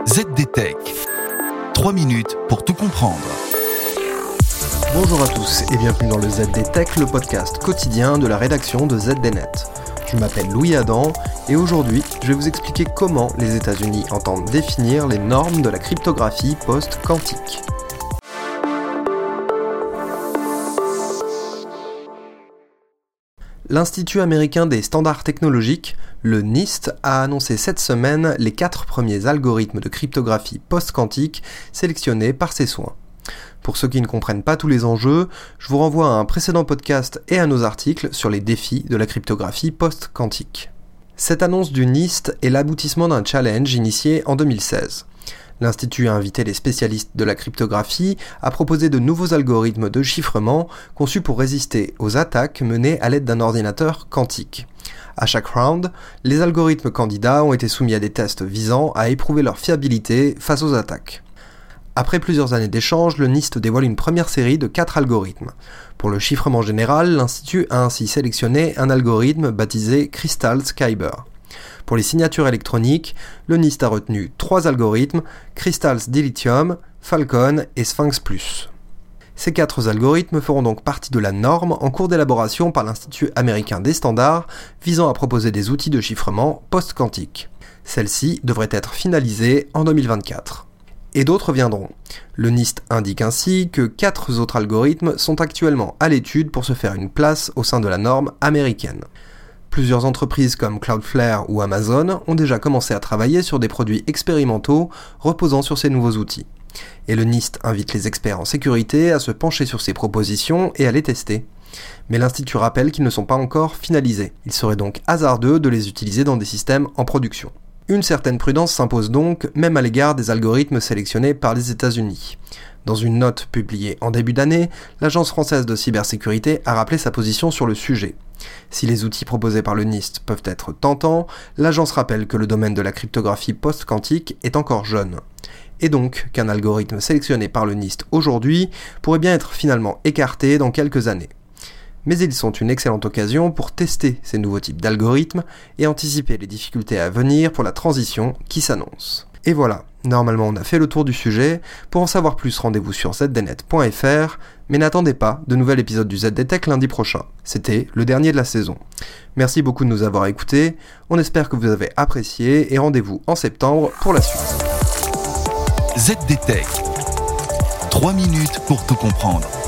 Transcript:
ZDTech. 3 minutes pour tout comprendre. Bonjour à tous et bienvenue dans le ZDTech, le podcast quotidien de la rédaction de ZDNet. Je m'appelle Louis Adam et aujourd'hui, je vais vous expliquer comment les États-Unis entendent définir les normes de la cryptographie post-quantique. L'Institut américain des standards technologiques, le NIST, a annoncé cette semaine les 4 premiers algorithmes de cryptographie post-quantique sélectionnés par ses soins. Pour ceux qui ne comprennent pas tous les enjeux, je vous renvoie à un précédent podcast et à nos articles sur les défis de la cryptographie post-quantique. Cette annonce du NIST est l'aboutissement d'un challenge initié en 2016. L'Institut a invité les spécialistes de la cryptographie à proposer de nouveaux algorithmes de chiffrement conçus pour résister aux attaques menées à l'aide d'un ordinateur quantique. À chaque round, les algorithmes candidats ont été soumis à des tests visant à éprouver leur fiabilité face aux attaques. Après plusieurs années d'échanges, le NIST dévoile une première série de 4 algorithmes. Pour le chiffrement général, l'Institut a ainsi sélectionné un algorithme baptisé Crystals Kyber. Pour les signatures électroniques, le NIST a retenu 3 algorithmes, Crystals Dilithium, Falcon et Sphinx Plus. Ces 4 algorithmes feront donc partie de la norme en cours d'élaboration par l'Institut américain des standards visant à proposer des outils de chiffrement post-quantique. Celle-ci devrait être finalisée en 2024. Et d'autres viendront. Le NIST indique ainsi que 4 autres algorithmes sont actuellement à l'étude pour se faire une place au sein de la norme américaine. Plusieurs entreprises comme Cloudflare ou Amazon ont déjà commencé à travailler sur des produits expérimentaux reposant sur ces nouveaux outils. Et le NIST invite les experts en sécurité à se pencher sur ces propositions et à les tester. Mais l'Institut rappelle qu'ils ne sont pas encore finalisés. Il serait donc hasardeux de les utiliser dans des systèmes en production. Une certaine prudence s'impose donc, même à l'égard des algorithmes sélectionnés par les États-Unis. Dans une note publiée en début d'année, l'Agence française de cybersécurité a rappelé sa position sur le sujet. Si les outils proposés par le NIST peuvent être tentants, l'agence rappelle que le domaine de la cryptographie post-quantique est encore jeune. Et donc qu'un algorithme sélectionné par le NIST aujourd'hui pourrait bien être finalement écarté dans quelques années. Mais ils sont une excellente occasion pour tester ces nouveaux types d'algorithmes et anticiper les difficultés à venir pour la transition qui s'annonce. Et voilà, normalement on a fait le tour du sujet. Pour en savoir plus, rendez-vous sur zdnet.fr, mais n'attendez pas de nouvel épisode du ZDTech lundi prochain. C'était le dernier de la saison. Merci beaucoup de nous avoir écoutés, on espère que vous avez apprécié et rendez-vous en septembre pour la suite. ZDTech. 3 minutes pour tout comprendre.